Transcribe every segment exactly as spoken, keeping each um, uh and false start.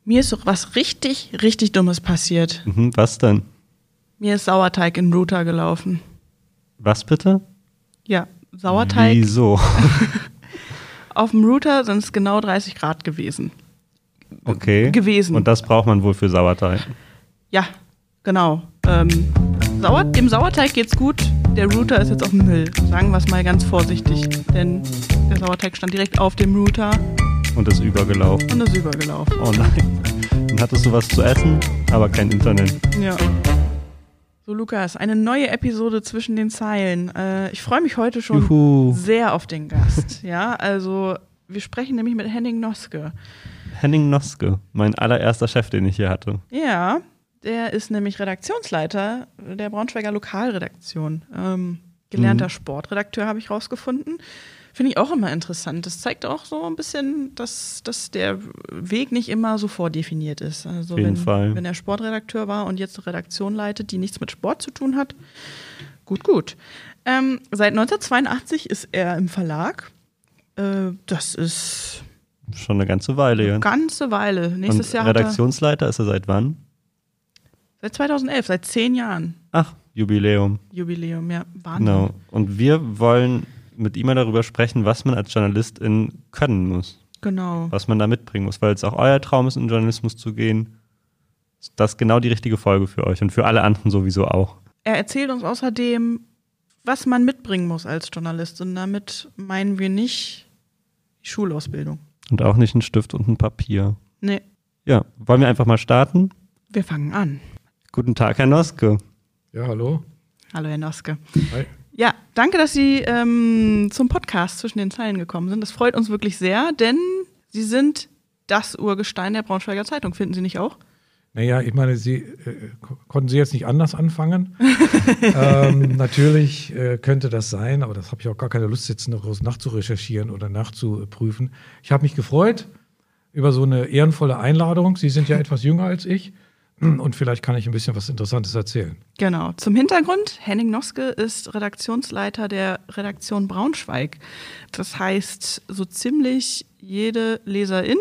Mir ist doch was richtig, richtig Dummes passiert. Mhm, was denn? Mir ist Sauerteig in den Router gelaufen. Was bitte? Ja, Sauerteig. Wieso? Auf dem Router sind es genau dreißig Grad gewesen. Okay. Gewesen. Und das braucht man wohl für Sauerteig. Ja, genau. Ähm, Sauer, dem Sauerteig geht's gut. Der Router ist jetzt auf dem Müll. Sagen wir es mal ganz vorsichtig. Denn der Sauerteig stand direkt auf dem Router. Und ist übergelaufen. Und ist übergelaufen. Oh nein. Dann hattest du was zu essen, aber kein Internet. Ja. So, Lukas, eine neue Episode zwischen den Zeilen. Äh, ich freue mich heute schon Juhu. sehr auf den Gast. Ja, also wir sprechen nämlich mit Henning Noske. Henning Noske, mein allererster Chef, den ich hier hatte. Ja, der ist nämlich Redaktionsleiter der Braunschweiger Lokalredaktion. Ähm, gelernter mhm. Sportredakteur, habe ich rausgefunden. Finde ich auch immer interessant. Das zeigt auch so ein bisschen, dass, dass der Weg nicht immer so vordefiniert ist. Also Auf jeden wenn, Fall. wenn er Sportredakteur war und jetzt eine Redaktion leitet, die nichts mit Sport zu tun hat, gut, gut. Ähm, seit neunzehnhundertzweiundachtzig ist er im Verlag. Äh, das ist schon eine ganze Weile eine jetzt. ganze Weile. Nächstes und Jahr Redaktionsleiter ist er seit wann? Seit zweitausendelf, seit zehn Jahren. Ach, Jubiläum. Jubiläum, ja, Wahnsinn. Genau. Und wir wollen mit ihm mal darüber sprechen, was man als Journalistin können muss. Genau. Was man da mitbringen muss, weil es auch euer Traum ist, in den Journalismus zu gehen. Das ist genau die richtige Folge für euch und für alle anderen sowieso auch. Er erzählt uns außerdem, was man mitbringen muss als Journalist. Und damit meinen wir nicht die Schulausbildung. Und auch nicht ein Stift und ein Papier. Nee. Ja, wollen wir einfach mal starten? Wir fangen an. Guten Tag, Herr Noske. Ja, hallo. Hallo, Herr Noske. Hi. Ja, danke, dass Sie ähm, zum Podcast zwischen den Zeilen gekommen sind. Das freut uns wirklich sehr, denn Sie sind das Urgestein der Braunschweiger Zeitung. Finden Sie nicht auch? Naja, ich meine, Sie äh, konnten Sie jetzt nicht anders anfangen. ähm, natürlich äh, könnte das sein, aber das habe ich auch gar keine Lust, jetzt noch nachzurecherchieren oder nachzuprüfen. Ich habe mich gefreut über so eine ehrenvolle Einladung. Sie sind ja etwas jünger als ich. Und vielleicht kann ich ein bisschen was Interessantes erzählen. Genau. Zum Hintergrund, Henning Noske ist Redaktionsleiter der Redaktion Braunschweig. Das heißt, so ziemlich jede Leserin,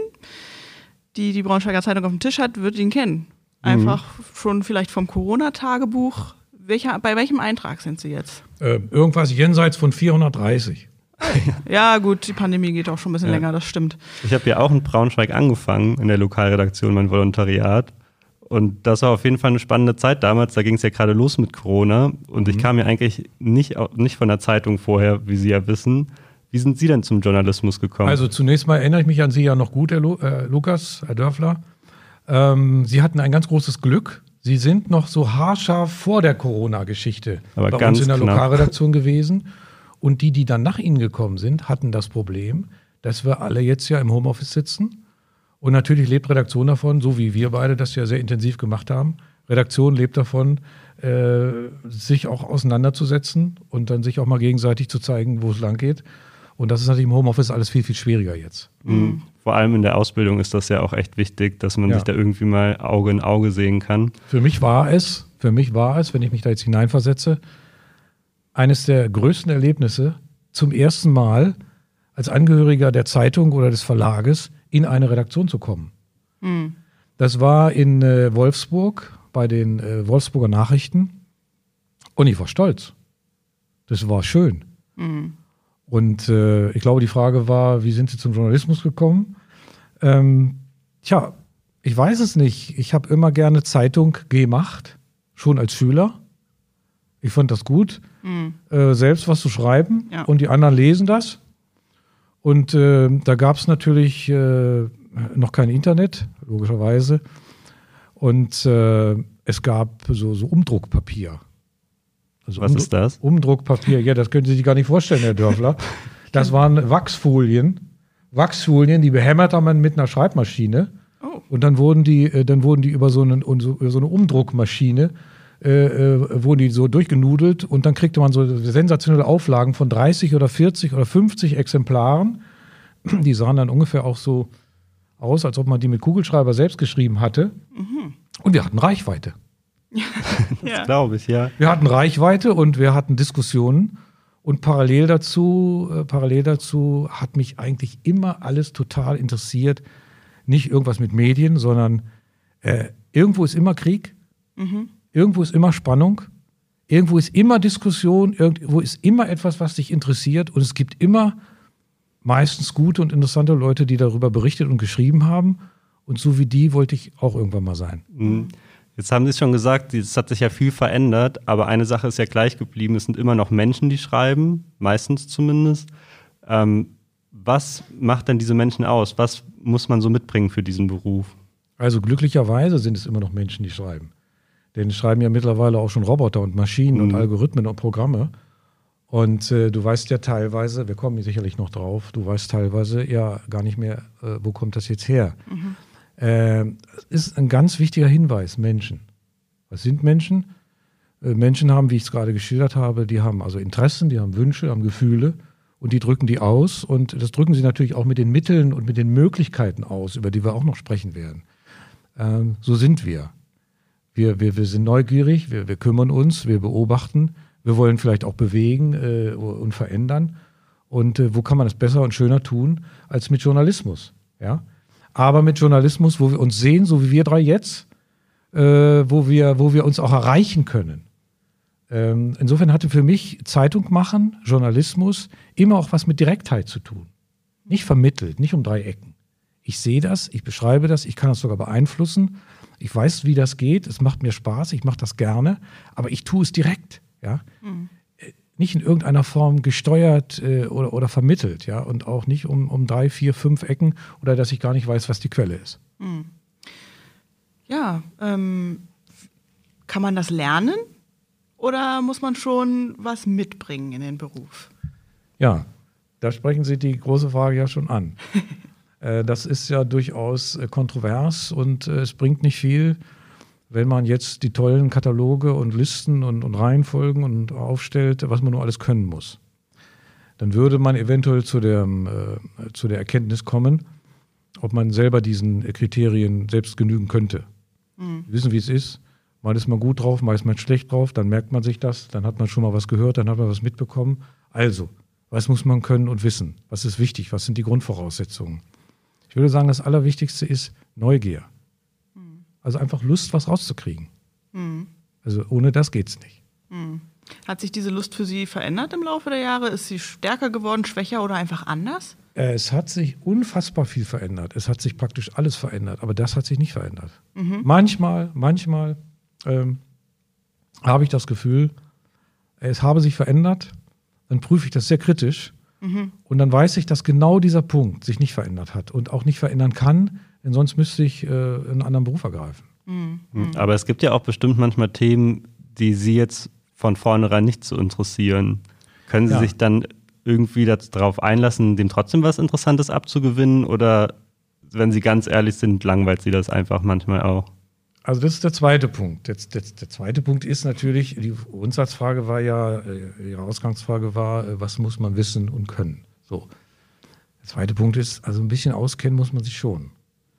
die die Braunschweiger Zeitung auf dem Tisch hat, wird ihn kennen. Einfach mhm. schon vielleicht vom Corona-Tagebuch. Welcher, bei welchem Eintrag sind Sie jetzt? Äh, irgendwas jenseits von vierhundertdreißig. Ja gut, die Pandemie geht auch schon ein bisschen ja. länger, das stimmt. Ich habe ja auch in Braunschweig angefangen, in der Lokalredaktion, mein Volontariat. Und das war auf jeden Fall eine spannende Zeit damals. Da ging es ja gerade los mit Corona. Und ich mhm. kam ja eigentlich nicht, nicht von der Zeitung vorher, wie Sie ja wissen. Wie sind Sie denn zum Journalismus gekommen? Also zunächst mal erinnere ich mich an Sie ja noch gut, Herr Lu- äh, Lukas, Herr Dörfler. Ähm, Sie hatten ein ganz großes Glück. Sie sind noch so haarscharf vor der Corona-Geschichte Aber bei ganz uns in der knapp. Lokalredaktion gewesen. Und die, die dann nach Ihnen gekommen sind, hatten das Problem, dass wir alle jetzt ja im Homeoffice sitzen. Und natürlich lebt Redaktion davon, so wie wir beide das ja sehr intensiv gemacht haben. Redaktion lebt davon, äh, sich auch auseinanderzusetzen und dann sich auch mal gegenseitig zu zeigen, wo es lang geht. Und das ist natürlich im Homeoffice alles viel, viel schwieriger jetzt. Mhm. Vor allem in der Ausbildung ist das ja auch echt wichtig, dass man Ja. sich da irgendwie mal Auge in Auge sehen kann. Für mich war es, für mich war es, wenn ich mich da jetzt hineinversetze, eines der größten Erlebnisse, zum ersten Mal als Angehöriger der Zeitung oder des Verlages in eine Redaktion zu kommen. Mhm. Das war in äh, Wolfsburg bei den äh, Wolfsburger Nachrichten und ich war stolz. Das war schön. Mhm. Und äh, ich glaube, die Frage war, wie sind Sie zum Journalismus gekommen? Ähm, tja, ich weiß es nicht. Ich habe immer gerne Zeitung gemacht, schon als Schüler. Ich fand das gut, Mhm. äh, selbst was zu schreiben Ja. und die anderen lesen das. Und äh, da gab es natürlich äh, noch kein Internet, logischerweise. Und äh, es gab so, so Umdruckpapier. Also Was Umdru- ist das? Umdruckpapier, ja, das können Sie sich gar nicht vorstellen, Herr Dörfler. Das waren Wachsfolien. Wachsfolien, die behämmert man mit einer Schreibmaschine. Oh. Und dann wurden die, äh, dann wurden die über so, einen, und so, so eine Umdruckmaschine äh, äh, wurden die so durchgenudelt und dann kriegte man so sensationelle Auflagen von dreißig oder vierzig oder fünfzig Exemplaren. Die sahen dann ungefähr auch so aus, als ob man die mit Kugelschreiber selbst geschrieben hatte. Mhm. Und wir hatten Reichweite. Das Ja. glaube ich, ja. Wir hatten Reichweite und wir hatten Diskussionen. Und parallel dazu, äh, parallel dazu hat mich eigentlich immer alles total interessiert. nicht irgendwas mit Medien, sondern äh, irgendwo ist immer Krieg, mhm. irgendwo ist immer Spannung, irgendwo ist immer Diskussion, irgendwo ist immer etwas, was dich interessiert und es gibt immer meistens gute und interessante Leute, die darüber berichtet und geschrieben haben und so wie die wollte ich auch irgendwann mal sein. Mhm. Jetzt haben Sie es schon gesagt, es hat sich ja viel verändert, aber eine Sache ist ja gleich geblieben, es sind immer noch Menschen, die schreiben, meistens zumindest. Ähm, was macht denn diese Menschen aus? Was muss man so mitbringen für diesen Beruf? Also glücklicherweise sind es immer noch Menschen, die schreiben. Denn es schreiben ja mittlerweile auch schon Roboter und Maschinen mhm. und Algorithmen und Programme. Und äh, du weißt ja teilweise, wir kommen sicherlich noch drauf, du weißt teilweise ja gar nicht mehr, äh, wo kommt das jetzt her? Mhm. Äh, ist ein ganz wichtiger Hinweis, Menschen. Was sind Menschen? Äh, Menschen haben, wie ich es gerade geschildert habe, die haben also Interessen, die haben Wünsche, haben Gefühle und die drücken die aus. Und das drücken sie natürlich auch mit den Mitteln und mit den Möglichkeiten aus, über die wir auch noch sprechen werden. Ähm, so sind wir. Wir, wir. wir sind neugierig, wir, wir kümmern uns, wir beobachten, wir wollen vielleicht auch bewegen äh, und verändern. Und äh, wo kann man das besser und schöner tun als mit Journalismus? Ja? Aber mit Journalismus, wo wir uns sehen, so wie wir drei jetzt, äh, wo wir, wo wir uns auch erreichen können. Ähm, insofern hatte für mich Zeitung machen, Journalismus, immer auch was mit Direktheit zu tun. Nicht vermittelt, nicht um drei Ecken. Ich sehe das, ich beschreibe das, ich kann das sogar beeinflussen. Ich weiß, wie das geht, es macht mir Spaß, ich mache das gerne, aber ich tue es direkt. Ja? Mhm. Nicht in irgendeiner Form gesteuert äh, oder, oder vermittelt, ja, und auch nicht um, um drei, vier, fünf Ecken oder dass ich gar nicht weiß, was die Quelle ist. Mhm. Ja, ähm, kann man das lernen oder muss man schon was mitbringen in den Beruf? Ja, da sprechen Sie die große Frage ja schon an. äh, das ist ja durchaus äh, kontrovers und äh, es bringt nicht viel, wenn man jetzt die tollen Kataloge und Listen und, und Reihenfolgen und aufstellt, was man nur alles können muss. Dann würde man eventuell zu der, äh, zu der Erkenntnis kommen, ob man selber diesen Kriterien selbst genügen könnte. Mhm. Wir wissen, wie es ist. Mal ist man gut drauf, mal ist man schlecht drauf, dann merkt man sich das, dann hat man schon mal was gehört, dann hat man was mitbekommen. Also, was muss man können und wissen? Was ist wichtig? Was sind die Grundvoraussetzungen? Ich würde sagen, das Allerwichtigste ist Neugier. Also einfach Lust, was rauszukriegen. Mhm. Also ohne das geht's nicht. Mhm. Hat sich diese Lust für Sie verändert im Laufe der Jahre? Ist sie stärker geworden, schwächer oder einfach anders? Es hat sich unfassbar viel verändert. Es hat sich praktisch alles verändert, aber das hat sich nicht verändert. Mhm. Manchmal, manchmal ähm, habe ich das Gefühl, es habe sich verändert, dann prüfe ich das sehr kritisch mhm. und dann weiß ich, dass genau dieser Punkt sich nicht verändert hat und auch nicht verändern kann, denn sonst müsste ich äh, einen anderen Beruf ergreifen. Mhm. Aber es gibt ja auch bestimmt manchmal Themen, die Sie jetzt von vornherein nicht so interessieren. Können Sie ja. sich dann irgendwie darauf einlassen, dem trotzdem was Interessantes abzugewinnen? Oder, wenn Sie ganz ehrlich sind, langweilt Sie das einfach manchmal auch? Also das ist der zweite Punkt. Der, der, der zweite Punkt ist natürlich, die Grundsatzfrage war ja, Ihre Ausgangsfrage war, was muss man wissen und können? So. Der zweite Punkt ist, also ein bisschen auskennen muss man sich schon.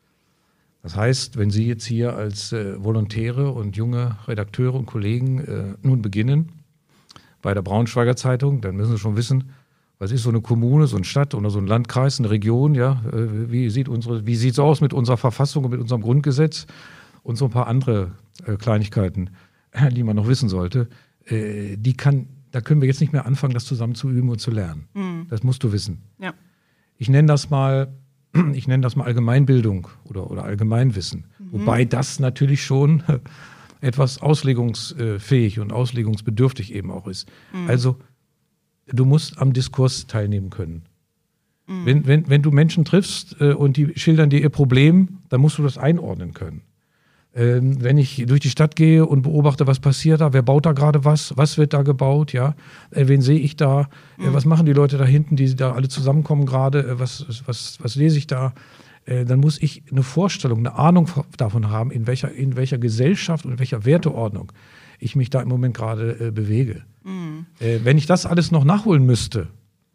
Das heißt, wenn Sie jetzt hier als äh, Volontäre und junge Redakteure und Kollegen äh, nun beginnen bei der Braunschweiger Zeitung, dann müssen Sie schon wissen, was ist so eine Kommune, so eine Stadt oder so ein Landkreis, eine Region, ja, äh, wie sieht unsere, wie sieht's aus mit unserer Verfassung und mit unserem Grundgesetz und so ein paar andere äh, Kleinigkeiten, äh, die man noch wissen sollte. Äh, die kann, da können wir jetzt nicht mehr anfangen, das zusammen zu üben und zu lernen. Mhm. Das musst du wissen. Ja. Ich nenne das mal Ich nenne das mal Allgemeinbildung oder, oder Allgemeinwissen. Mhm. Wobei das natürlich schon etwas auslegungsfähig und auslegungsbedürftig eben auch ist. Mhm. Also du musst am Diskurs teilnehmen können. Mhm. Wenn, wenn, wenn du Menschen triffst äh, und die schildern dir ihr Problem, dann musst du das einordnen können. Ähm, wenn ich durch die Stadt gehe und beobachte, was passiert da, wer baut da gerade was, was wird da gebaut, ja, äh, wen sehe ich da, äh, mhm. was machen die Leute da hinten, die da alle zusammenkommen gerade, äh, was, was, was lese ich da, äh, dann muss ich eine Vorstellung, eine Ahnung davon haben, in welcher, in welcher Gesellschaft und in welcher Werteordnung ich mich da im Moment gerade äh, bewege. Mhm. Äh, wenn ich das alles noch nachholen müsste,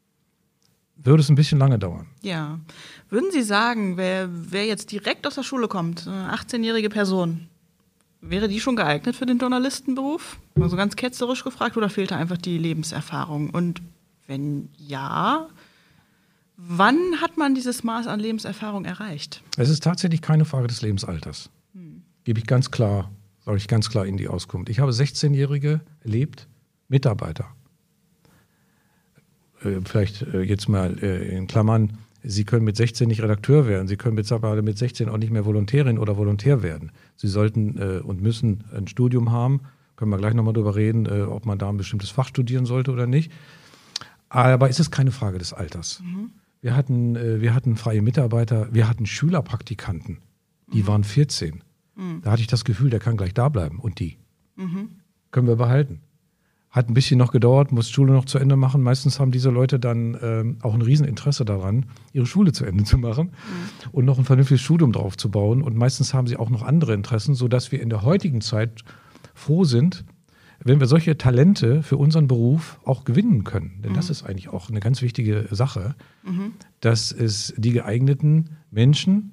würde es ein bisschen lange dauern. Ja. Würden Sie sagen, wer, wer jetzt direkt aus der Schule kommt, eine achtzehnjährige Person, wäre die schon geeignet für den Journalistenberuf? Also ganz ketzerisch gefragt, oder fehlt da einfach die Lebenserfahrung? Und wenn ja, Wann hat man dieses Maß an Lebenserfahrung erreicht? Es ist tatsächlich keine Frage des Lebensalters. Hm. Gebe ich ganz klar, sage ich ganz klar in die Auskunft. Ich habe sechzehnjährige erlebt, Mitarbeiter. Äh, vielleicht äh, jetzt mal äh, in Klammern, Sie können mit sechzehn nicht Redakteur werden. Sie können mittlerweile mit sechzehn auch nicht mehr Volontärin oder Volontär werden. Sie sollten äh, und müssen ein Studium haben. Können wir gleich nochmal drüber reden, äh, ob man da ein bestimmtes Fach studieren sollte oder nicht. Aber es ist keine Frage des Alters. Mhm. Wir hatten, äh, wir hatten freie Mitarbeiter, wir hatten Schülerpraktikanten, die mhm. waren vierzehn. Mhm. Da hatte ich das Gefühl, der kann gleich da bleiben. Und die mhm. können wir behalten. Hat ein bisschen noch gedauert, muss Schule noch zu Ende machen. Meistens haben diese Leute dann ähm, auch ein Rieseninteresse daran, ihre Schule zu Ende zu machen mhm. und noch ein vernünftiges Studium drauf zu bauen. Und meistens haben sie auch noch andere Interessen, sodass wir in der heutigen Zeit froh sind, wenn wir solche Talente für unseren Beruf auch gewinnen können. Denn mhm. das ist eigentlich auch eine ganz wichtige Sache, mhm. dass es die geeigneten Menschen,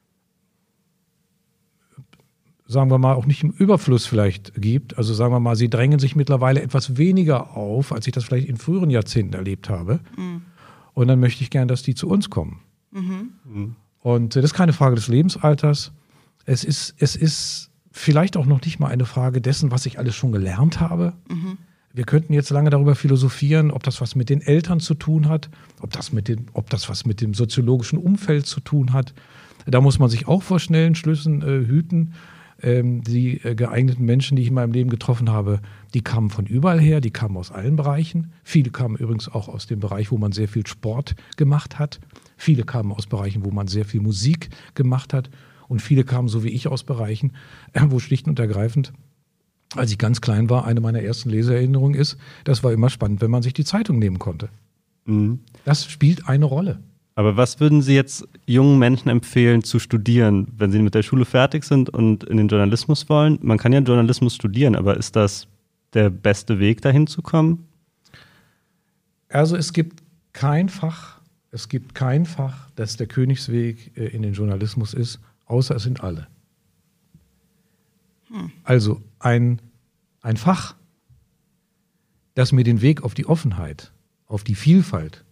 sagen wir mal, auch nicht im Überfluss vielleicht gibt. Also sagen wir mal, sie drängen sich mittlerweile etwas weniger auf, als ich das vielleicht in früheren Jahrzehnten erlebt habe. Mhm. Und dann möchte ich gern, dass die zu uns kommen. Mhm. Mhm. Und das ist keine Frage des Lebensalters. Es ist, es ist vielleicht auch noch nicht mal eine Frage dessen, was ich alles schon gelernt habe. Mhm. Wir könnten jetzt lange darüber philosophieren, ob das was mit den Eltern zu tun hat, ob das, mit dem, ob das was mit dem soziologischen Umfeld zu tun hat. Da muss man sich auch vor schnellen Schlüssen äh, hüten. Ähm, die äh, geeigneten Menschen, die ich in meinem Leben getroffen habe, die kamen von überall her, die kamen aus allen Bereichen. Viele kamen übrigens auch aus dem Bereich, wo man sehr viel Sport gemacht hat. Viele kamen aus Bereichen, wo man sehr viel Musik gemacht hat. Und viele kamen, so wie ich, aus Bereichen, wo schlicht und ergreifend, als ich ganz klein war, eine meiner ersten Leseerinnerungen ist, das war immer spannend, wenn man sich die Zeitung nehmen konnte. Mhm. Das spielt eine Rolle. Aber was würden Sie jetzt jungen Menschen empfehlen zu studieren, wenn sie mit der Schule fertig sind und in den Journalismus wollen? Man kann ja Journalismus studieren, aber ist das der beste Weg, dahin zu kommen? Also es gibt kein Fach, es gibt kein Fach, das der Königsweg in den Journalismus ist, außer es sind alle. Hm. Also ein, ein Fach, das mir den Weg auf die Offenheit, auf die Vielfalt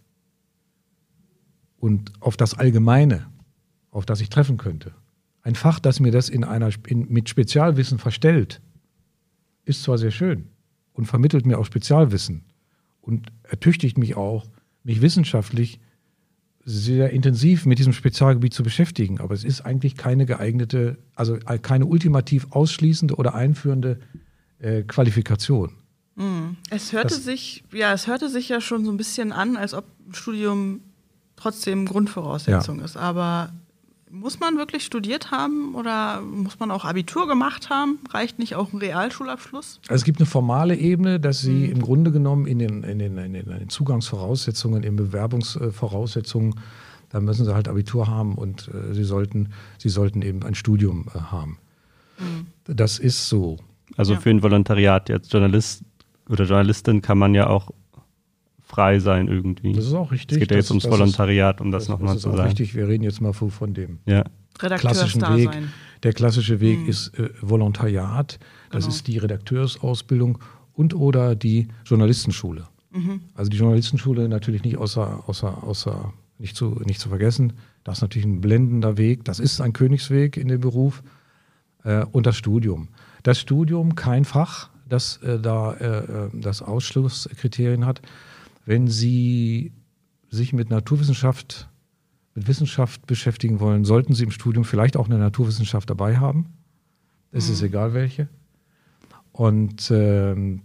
und auf das Allgemeine, auf das ich treffen könnte. Ein Fach, das mir das in einer, in, mit Spezialwissen verstellt, ist zwar sehr schön und vermittelt mir auch Spezialwissen und ertüchtigt mich auch, mich wissenschaftlich sehr intensiv mit diesem Spezialgebiet zu beschäftigen. Aber es ist eigentlich keine geeignete, also keine ultimativ ausschließende oder einführende äh, Qualifikation. Mm. Es hörte das, sich, ja, es hörte sich ja schon so ein bisschen an, als ob ein Studium trotzdem Grundvoraussetzung ja. ist. Aber muss man wirklich studiert haben oder muss man auch Abitur gemacht haben? Reicht nicht auch ein Realschulabschluss? Also es gibt eine formale Ebene, dass Sie mhm. im Grunde genommen in den, in, den, in den Zugangsvoraussetzungen, in Bewerbungsvoraussetzungen, da müssen Sie halt Abitur haben und äh, Sie, sollten, Sie sollten eben ein Studium äh, haben. Mhm. Das ist so. Also ja. für ein Volontariat jetzt Journalist oder Journalistin kann man ja auch frei sein irgendwie. Das ist auch richtig. Es geht ja jetzt das, ums das Volontariat, ist, um das, das nochmal zu sagen. Das ist auch richtig. Wir reden jetzt mal von dem ja. klassischen Weg. Der klassische Weg mhm. ist äh, Volontariat. Das genau. ist die Redakteursausbildung und oder die Journalistenschule. Mhm. Also die Journalistenschule natürlich nicht außer, außer, außer nicht, zu, nicht zu vergessen. Das ist natürlich ein blendender Weg. Das ist ein Königsweg in dem Beruf. Äh, und das Studium. Das Studium, kein Fach, das äh, da äh, das Ausschlusskriterien hat. Wenn Sie sich mit Naturwissenschaft, mit Wissenschaft beschäftigen wollen, sollten Sie im Studium vielleicht auch eine Naturwissenschaft dabei haben. Es mhm. ist egal welche. Und ähm,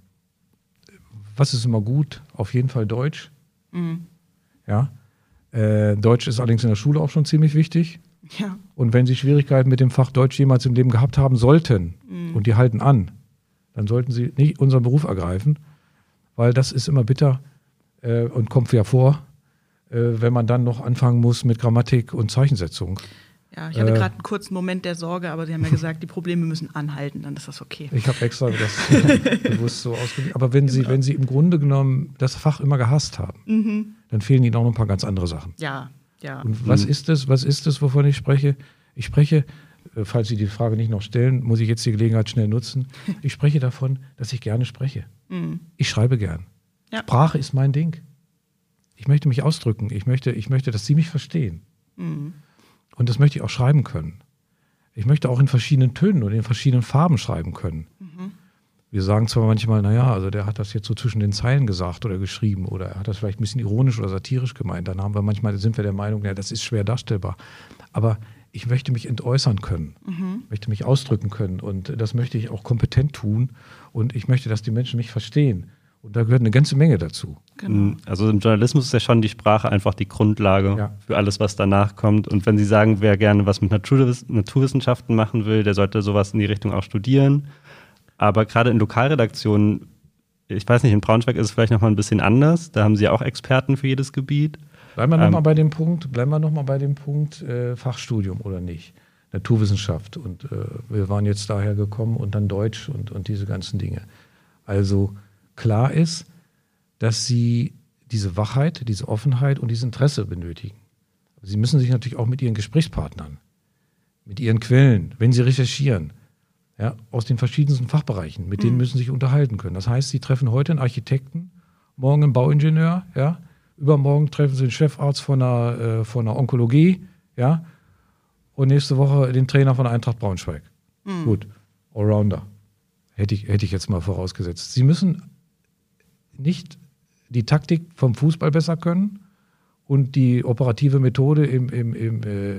was ist immer gut? Auf jeden Fall Deutsch. Mhm. Ja. Äh, Deutsch ist allerdings in der Schule auch schon ziemlich wichtig. Ja. Und wenn Sie Schwierigkeiten mit dem Fach Deutsch jemals im Leben gehabt haben sollten mhm. und die halten an, dann sollten Sie nicht unseren Beruf ergreifen, weil das ist immer bitter äh, und kommt ja vor, äh, wenn man dann noch anfangen muss mit Grammatik und Zeichensetzung. Ja, ich hatte äh, gerade einen kurzen Moment der Sorge, aber Sie haben ja gesagt, die Probleme müssen anhalten, dann ist das okay. Ich habe extra das bewusst so ausgedrückt. Aber wenn, genau. Sie, wenn Sie im Grunde genommen das Fach immer gehasst haben, mhm. dann fehlen Ihnen auch noch ein paar ganz andere Sachen. Ja, ja. Und was mhm. ist es, was ist es, wovon ich spreche? Ich spreche, falls Sie die Frage nicht noch stellen, muss ich jetzt die Gelegenheit schnell nutzen. Ich spreche davon, dass ich gerne spreche. Mhm. Ich schreibe gern. Ja. Sprache ist mein Ding. Ich möchte mich ausdrücken. Ich möchte, ich möchte, dass Sie mich verstehen. Mhm. Und das möchte ich auch schreiben können. Ich möchte auch in verschiedenen Tönen und in verschiedenen Farben schreiben können. Mhm. Wir sagen zwar manchmal, naja, also der hat das jetzt so zwischen den Zeilen gesagt oder geschrieben oder er hat das vielleicht ein bisschen ironisch oder satirisch gemeint. Dann haben wir manchmal, sind wir der Meinung, ja, das ist schwer darstellbar. Aber ich möchte mich entäußern können, mhm. möchte mich ausdrücken können und das möchte ich auch kompetent tun und ich möchte, dass die Menschen mich verstehen. Und da gehört eine ganze Menge dazu. Genau. Also im Journalismus ist ja schon die Sprache einfach die Grundlage ja. für alles, was danach kommt. Und wenn Sie sagen, wer gerne was mit Naturwiss- Naturwissenschaften machen will, der sollte sowas in die Richtung auch studieren. Aber gerade in Lokalredaktionen, ich weiß nicht, in Braunschweig ist es vielleicht nochmal ein bisschen anders. Da haben Sie ja auch Experten für jedes Gebiet. Bleiben wir nochmal ähm, bei dem Punkt, bleiben wir noch mal bei dem Punkt äh, Fachstudium oder nicht. Naturwissenschaft. Und äh, wir waren jetzt daher gekommen und dann Deutsch und, und diese ganzen Dinge. Also klar ist, dass Sie diese Wachheit, diese Offenheit und dieses Interesse benötigen. Sie müssen sich natürlich auch mit Ihren Gesprächspartnern, mit Ihren Quellen, wenn Sie recherchieren, ja, aus den verschiedensten Fachbereichen, mit denen müssen Sie sich unterhalten können. Das heißt, Sie treffen heute einen Architekten, morgen einen Bauingenieur, ja, übermorgen treffen Sie den Chefarzt von einer, äh, von einer Onkologie, ja, und nächste Woche den Trainer von der Eintracht Braunschweig. Mhm. Gut, Allrounder, hätte ich, hätte ich jetzt mal vorausgesetzt. Sie müssen nicht die Taktik vom Fußball besser können und die operative Methode im, im, im,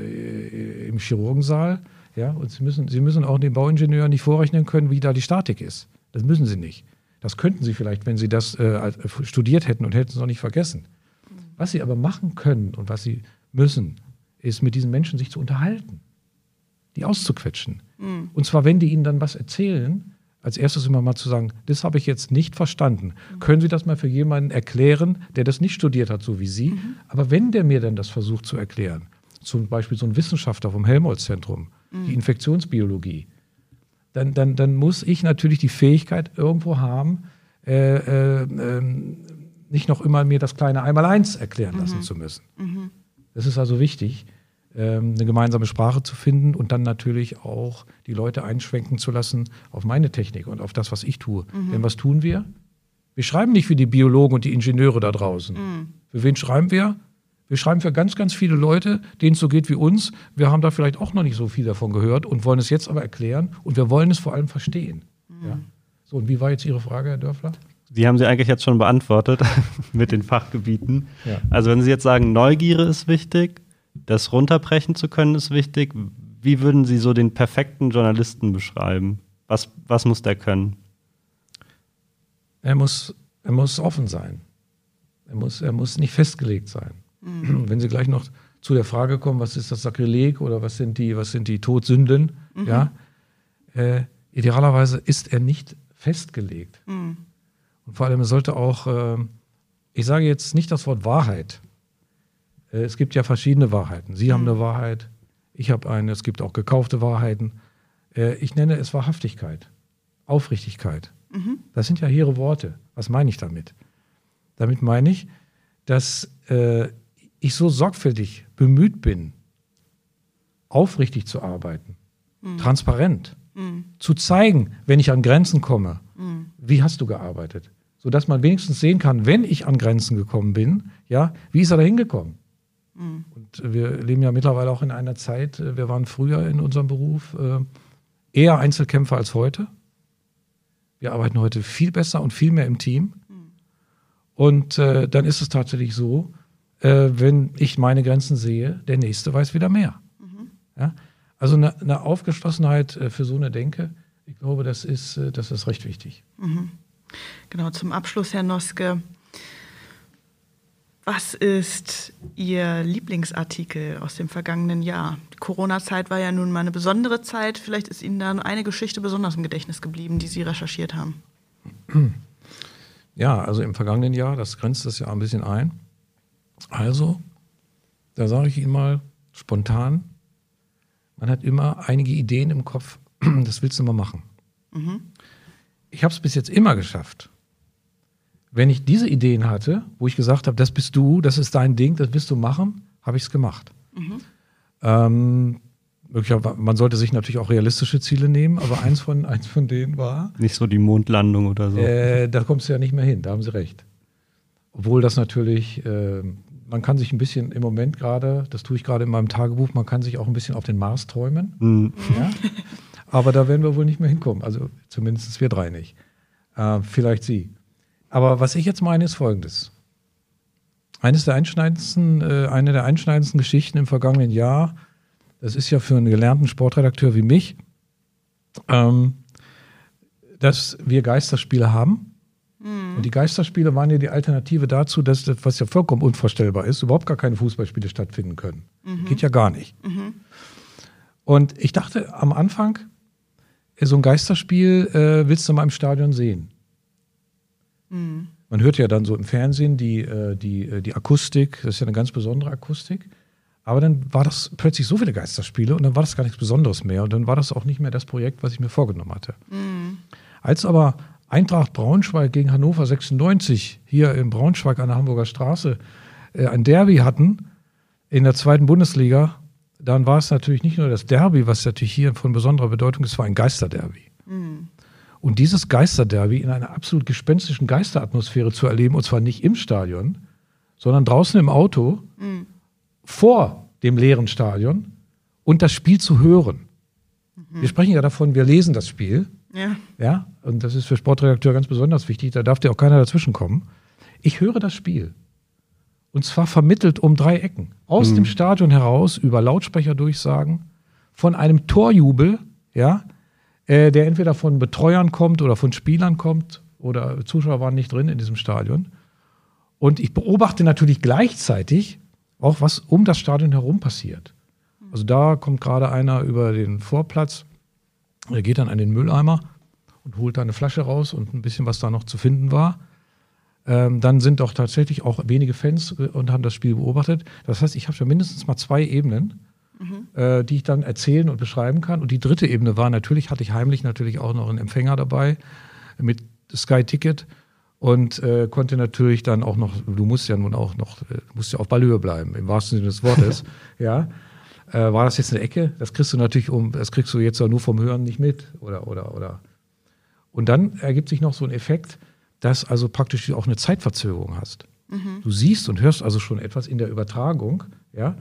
äh, im Chirurgensaal. Ja, und Sie müssen, Sie müssen auch den Bauingenieur nicht vorrechnen können, wie da die Statik ist. Das müssen Sie nicht. Das könnten Sie vielleicht, wenn Sie das äh, studiert hätten und hätten es noch nicht vergessen. Was Sie aber machen können und was Sie müssen, ist mit diesen Menschen sich zu unterhalten, die auszuquetschen. Mhm. Und zwar, wenn die Ihnen dann was erzählen, als erstes immer mal zu sagen, das habe ich jetzt nicht verstanden. Mhm. Können Sie das mal für jemanden erklären, der das nicht studiert hat, so wie Sie? Mhm. Aber wenn der mir dann das versucht zu erklären, zum Beispiel so ein Wissenschaftler vom Helmholtz-Zentrum, mhm. die Infektionsbiologie, dann, dann, dann muss ich natürlich die Fähigkeit irgendwo haben, äh, äh, äh, nicht noch immer mir das kleine Einmaleins erklären lassen mhm. zu müssen. Mhm. Das ist also wichtig, eine gemeinsame Sprache zu finden und dann natürlich auch die Leute einschwenken zu lassen auf meine Technik und auf das, was ich tue. Mhm. Denn was tun wir? Wir schreiben nicht für die Biologen und die Ingenieure da draußen. Mhm. Für wen schreiben wir? Wir schreiben für ganz, ganz viele Leute, denen es so geht wie uns. Wir haben da vielleicht auch noch nicht so viel davon gehört und wollen es jetzt aber erklären und wir wollen es vor allem verstehen. Mhm. Ja? So, und wie war jetzt Ihre Frage, Herr Dörfler? Die haben Sie eigentlich jetzt schon beantwortet mit den Fachgebieten. Ja. Also wenn Sie jetzt sagen, Neugierde ist wichtig, das runterbrechen zu können ist wichtig. Wie würden Sie so den perfekten Journalisten beschreiben? Was, was muss der können? Er muss, er muss offen sein. Er muss, er muss nicht festgelegt sein. Mhm. Wenn Sie gleich noch zu der Frage kommen, was ist das Sakrileg oder was sind die, was sind die Todsünden, mhm. ja, äh, idealerweise ist er nicht festgelegt. Mhm. Und vor allem, es sollte auch, äh, ich sage jetzt nicht das Wort Wahrheit. Äh, es gibt ja verschiedene Wahrheiten. Sie mhm. haben eine Wahrheit, ich habe eine, es gibt auch gekaufte Wahrheiten. Äh, ich nenne es Wahrhaftigkeit, Aufrichtigkeit. Mhm. Das sind ja hehre Worte. Was meine ich damit? Damit meine ich, dass äh, ich so sorgfältig bemüht bin, aufrichtig zu arbeiten, mhm. transparent, mhm. zu zeigen, wenn ich an Grenzen komme, mhm. wie hast du gearbeitet? Sodass man wenigstens sehen kann, wenn ich an Grenzen gekommen bin, ja, wie ist er da hingekommen? Mhm. Und wir leben ja mittlerweile auch in einer Zeit, wir waren früher in unserem Beruf äh, eher Einzelkämpfer als heute. Wir arbeiten heute viel besser und viel mehr im Team. Mhm. Und äh, dann ist es tatsächlich so, äh, wenn ich meine Grenzen sehe, der Nächste weiß wieder mehr. Mhm. Ja? Also eine, eine Aufgeschlossenheit äh, für so eine Denke, ich glaube, das ist, äh, das ist recht wichtig. Mhm. Genau, zum Abschluss, Herr Noske. Was ist Ihr Lieblingsartikel aus dem vergangenen Jahr? Die Corona-Zeit war ja nun mal eine besondere Zeit. Vielleicht ist Ihnen da eine Geschichte besonders im Gedächtnis geblieben, die Sie recherchiert haben. Ja, also im vergangenen Jahr, das grenzt das ja ein bisschen ein. Also, da sage ich Ihnen mal spontan, man hat immer einige Ideen im Kopf, das willst du mal machen. Mhm. Ich habe es bis jetzt immer geschafft. Wenn ich diese Ideen hatte, wo ich gesagt habe, das bist du, das ist dein Ding, das willst du machen, habe ich es gemacht. Mhm. Ähm, man sollte sich natürlich auch realistische Ziele nehmen, aber eins von, eins von denen war... Nicht so die Mondlandung oder so. Äh, da kommst du ja nicht mehr hin, da haben Sie recht. Obwohl das natürlich, äh, man kann sich ein bisschen im Moment gerade, das tue ich gerade in meinem Tagebuch, man kann sich auch ein bisschen auf den Mars träumen. Mhm. Ja? Aber da werden wir wohl nicht mehr hinkommen. Also zumindest wir drei nicht. Äh, vielleicht Sie. Aber was ich jetzt meine, ist Folgendes. Eines der einschneidendsten, äh, eine der einschneidendsten Geschichten im vergangenen Jahr, das ist ja für einen gelernten Sportredakteur wie mich, ähm, dass wir Geisterspiele haben. Mhm. Und die Geisterspiele waren ja die Alternative dazu, dass das, was ja vollkommen unvorstellbar ist, überhaupt gar keine Fußballspiele stattfinden können. Mhm. Geht ja gar nicht. Mhm. Und ich dachte am Anfang, so ein Geisterspiel äh, willst du mal im Stadion sehen. Mhm. Man hört ja dann so im Fernsehen die, äh, die, die Akustik, das ist ja eine ganz besondere Akustik. Aber dann war das plötzlich so viele Geisterspiele und dann war das gar nichts Besonderes mehr. Und dann war das auch nicht mehr das Projekt, was ich mir vorgenommen hatte. Mhm. Als aber Eintracht Braunschweig gegen Hannover sechsundneunzig hier in Braunschweig an der Hamburger Straße äh, ein Derby hatten in der zweiten Bundesliga, dann war es natürlich nicht nur das Derby, was natürlich hier von besonderer Bedeutung ist, es war ein Geisterderby. Mhm. Und dieses Geisterderby in einer absolut gespenstischen Geisteratmosphäre zu erleben, und zwar nicht im Stadion, sondern draußen im Auto, mhm. vor dem leeren Stadion und das Spiel zu hören. Mhm. Wir sprechen ja davon, wir lesen das Spiel. Ja. Ja. Und das ist für Sportredakteur ganz besonders wichtig, da darf dir auch keiner dazwischen kommen. Ich höre das Spiel. Und zwar vermittelt um drei Ecken. Aus mhm. dem Stadion heraus, über Lautsprecherdurchsagen, von einem Torjubel, ja, äh, der entweder von Betreuern kommt oder von Spielern kommt, oder Zuschauer waren nicht drin in diesem Stadion. Und ich beobachte natürlich gleichzeitig auch, was um das Stadion herum passiert. Also da kommt gerade einer über den Vorplatz, der geht dann an den Mülleimer und holt da eine Flasche raus und ein bisschen, was da noch zu finden war. Ähm, dann sind doch tatsächlich auch wenige Fans und haben das Spiel beobachtet. Das heißt, ich habe schon mindestens mal zwei Ebenen, mhm. äh, die ich dann erzählen und beschreiben kann. Und die dritte Ebene war natürlich, hatte ich heimlich natürlich auch noch einen Empfänger dabei mit Sky Ticket und äh, konnte natürlich dann auch noch, du musst ja nun auch noch, du musst ja auf Ballhöhe bleiben, im wahrsten Sinne des Wortes, ja. Äh, war das jetzt eine Ecke? Das kriegst du natürlich um, das kriegst du jetzt ja nur vom Hören nicht mit. Oder, oder, oder. Und dann ergibt sich noch so ein Effekt, dass also praktisch auch eine Zeitverzögerung hast. Mhm. Du siehst und hörst also schon etwas in der Übertragung, ja.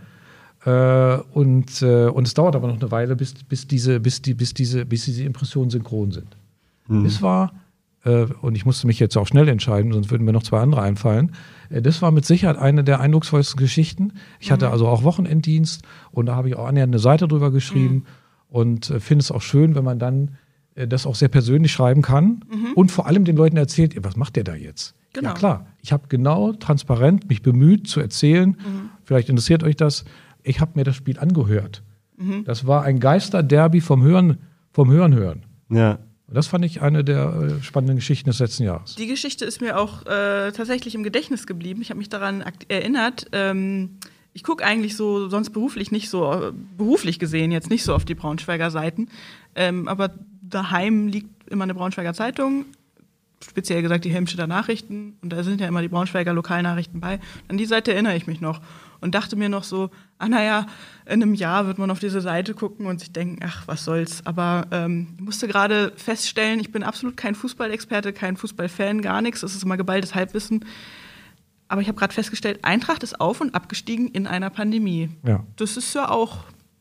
Äh, und, äh, und es dauert aber noch eine Weile, bis, bis, diese, bis, die, bis, diese, bis diese Impressionen synchron sind. Mhm. Es war, äh, und ich musste mich jetzt auch schnell entscheiden, sonst würden mir noch zwei andere einfallen. Äh, das war mit Sicherheit eine der eindrucksvollsten Geschichten. Ich hatte mhm. also auch Wochenenddienst und da habe ich auch annähernd eine Seite drüber geschrieben mhm. und äh, finde es auch schön, wenn man dann äh, das auch sehr persönlich schreiben kann mhm. und vor allem den Leuten erzählt, was macht der da jetzt? Genau. Ja klar, ich habe genau transparent mich bemüht zu erzählen, mhm. vielleicht interessiert euch das, ich habe mir das Spiel angehört. Mhm. Das war ein Geisterderby vom Hören, vom Hören hören. Ja. Und das fand ich eine der äh, spannenden Geschichten des letzten Jahres. Die Geschichte ist mir auch äh, tatsächlich im Gedächtnis geblieben. Ich habe mich daran erinnert. Ähm, ich gucke eigentlich so, sonst beruflich nicht so, äh, beruflich gesehen jetzt nicht so auf die Braunschweiger Seiten. Ähm, aber daheim liegt immer eine Braunschweiger Zeitung, speziell gesagt die Helmstedter Nachrichten. Und da sind ja immer die Braunschweiger Lokalnachrichten bei. An die Seite erinnere ich mich noch. Und dachte mir noch so, ah naja, in einem Jahr wird man auf diese Seite gucken und sich denken, ach, was soll's. Aber ähm, ich musste gerade feststellen, ich bin absolut kein Fußballexperte, kein Fußballfan, gar nichts. Es ist immer geballtes Halbwissen. Aber ich habe gerade festgestellt, Eintracht ist auf- und abgestiegen in einer Pandemie. Ja. Das ist ja auch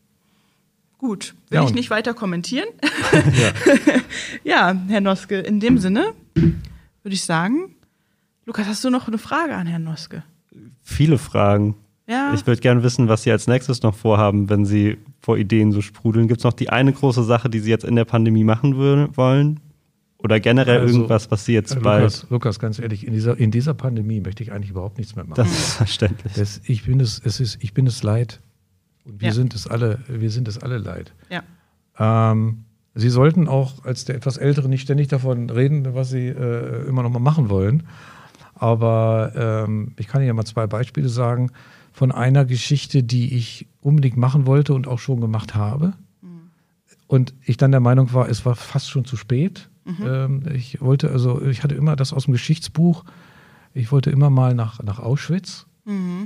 gut. Will ja, ich nicht weiter kommentieren. Ja. Ja, Herr Noske, in dem Sinne würde ich sagen, Lukas, hast du noch eine Frage an Herrn Noske? Viele Fragen. Ja. Ich würde gerne wissen, was Sie als nächstes noch vorhaben, wenn Sie vor Ideen so sprudeln. Gibt es noch die eine große Sache, die Sie jetzt in der Pandemie machen wollen? Oder generell also, irgendwas, was Sie jetzt Lukas, bald... Lukas, ganz ehrlich, in dieser, in dieser Pandemie möchte ich eigentlich überhaupt nichts mehr machen. Das ist verständlich. Das, ich, bin es, es ist, ich bin es leid. Und wir, ja. sind es alle, wir sind es alle leid. Ja. Ähm, Sie sollten auch als der etwas Ältere nicht ständig davon reden, was Sie äh, immer noch mal machen wollen. Aber ähm, ich kann Ihnen ja mal zwei Beispiele sagen von einer Geschichte, die ich unbedingt machen wollte und auch schon gemacht habe. Mhm. Und ich dann der Meinung war, es war fast schon zu spät. Mhm. Ähm, ich wollte also, ich hatte immer das aus dem Geschichtsbuch, ich wollte immer mal nach, nach Auschwitz, mhm.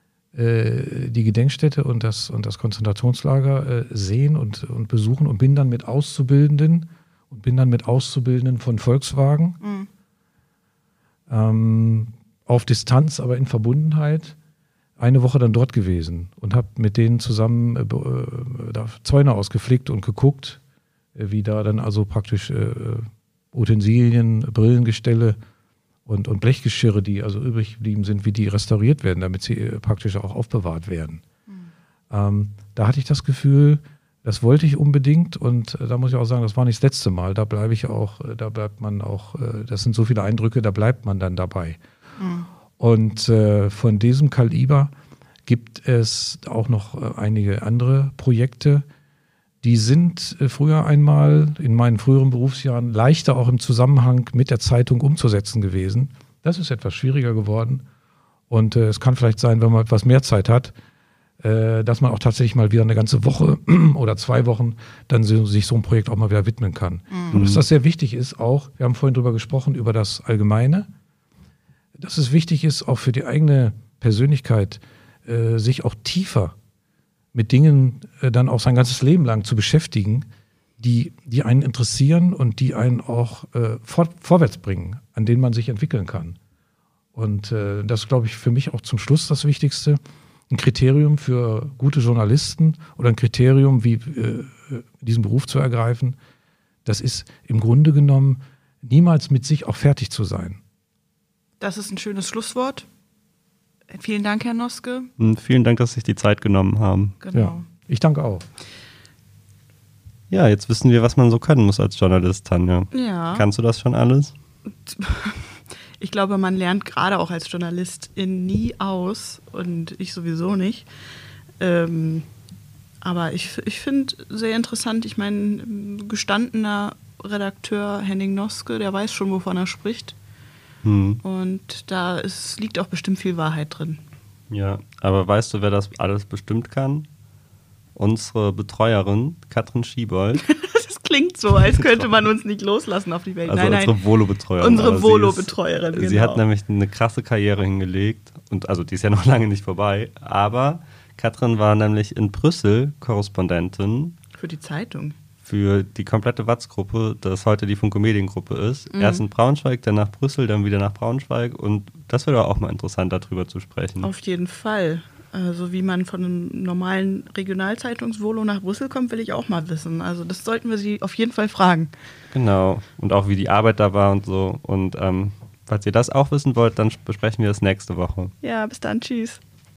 äh, die Gedenkstätte und das, und das Konzentrationslager äh, sehen und, und besuchen und bin dann mit Auszubildenden und bin dann mit Auszubildenden von Volkswagen mhm. ähm, auf Distanz, aber in Verbundenheit eine Woche dann dort gewesen und habe mit denen zusammen äh, äh, da Zäune ausgeflickt und geguckt, äh, wie da dann also praktisch äh, Utensilien, Brillengestelle und, und Blechgeschirre, die also übrig geblieben sind, wie die restauriert werden, damit sie äh, praktisch auch aufbewahrt werden. Mhm. Ähm, da hatte ich das Gefühl, das wollte ich unbedingt und äh, da muss ich auch sagen, das war nicht das letzte Mal. Da bleibe ich auch, äh, da bleibt man auch, äh, das sind so viele Eindrücke, da bleibt man dann dabei. Mhm. Und äh, von diesem Kaliber gibt es auch noch äh, einige andere Projekte. Die sind äh, früher einmal in meinen früheren Berufsjahren leichter auch im Zusammenhang mit der Zeitung umzusetzen gewesen. Das ist etwas schwieriger geworden. Und äh, es kann vielleicht sein, wenn man etwas mehr Zeit hat, äh, dass man auch tatsächlich mal wieder eine ganze Woche oder zwei Wochen dann so, sich so ein Projekt auch mal wieder widmen kann. Mhm. Und dass das sehr wichtig ist auch, wir haben vorhin drüber gesprochen, über das Allgemeine, dass es wichtig ist, auch für die eigene Persönlichkeit, äh, sich auch tiefer mit Dingen äh, dann auch sein ganzes Leben lang zu beschäftigen, die, die einen interessieren und die einen auch äh, vor, vorwärts bringen, an denen man sich entwickeln kann. Und äh, das ist, glaube ich, für mich auch zum Schluss das Wichtigste. Ein Kriterium für gute Journalisten oder ein Kriterium, wie äh, diesen Beruf zu ergreifen, das ist im Grunde genommen, niemals mit sich auch fertig zu sein. Das ist ein schönes Schlusswort. Vielen Dank, Herr Noske. Und vielen Dank, dass Sie sich die Zeit genommen haben. Genau. Ja, ich danke auch. Ja, jetzt wissen wir, was man so können muss als Journalist, Tanja. Ja. Kannst du das schon alles? Ich glaube, man lernt gerade auch als Journalistin nie aus und ich sowieso nicht. Ähm, aber ich, ich finde sehr interessant, ich meine, gestandener Redakteur Henning Noske, der weiß schon, wovon er spricht. Hm. Und da ist, liegt auch bestimmt viel Wahrheit drin. Ja, aber weißt du, wer das alles bestimmt kann? Unsere Betreuerin, Katrin Schiebold. Das klingt so, als könnte man uns nicht loslassen auf die Welt. Also nein, unsere nein. Volo-Betreuerin. Unsere Volo-Betreuerin, genau. Sie hat nämlich eine krasse Karriere hingelegt. Und also die ist ja noch lange nicht vorbei. Aber Katrin war nämlich in Brüssel Korrespondentin. Für die Zeitung. Für die komplette Watz-Gruppe, das heute die Funko-Mediengruppe ist. Mhm. Erst in Braunschweig, dann nach Brüssel, dann wieder nach Braunschweig. Und das wäre auch mal interessant, darüber zu sprechen. Auf jeden Fall. Also wie man von einem normalen Regionalzeitungsvolo nach Brüssel kommt, will ich auch mal wissen. Also das sollten wir sie auf jeden Fall fragen. Genau. Und auch wie die Arbeit da war und so. Und ähm, falls ihr das auch wissen wollt, dann besprechen wir das nächste Woche. Ja, bis dann. Tschüss.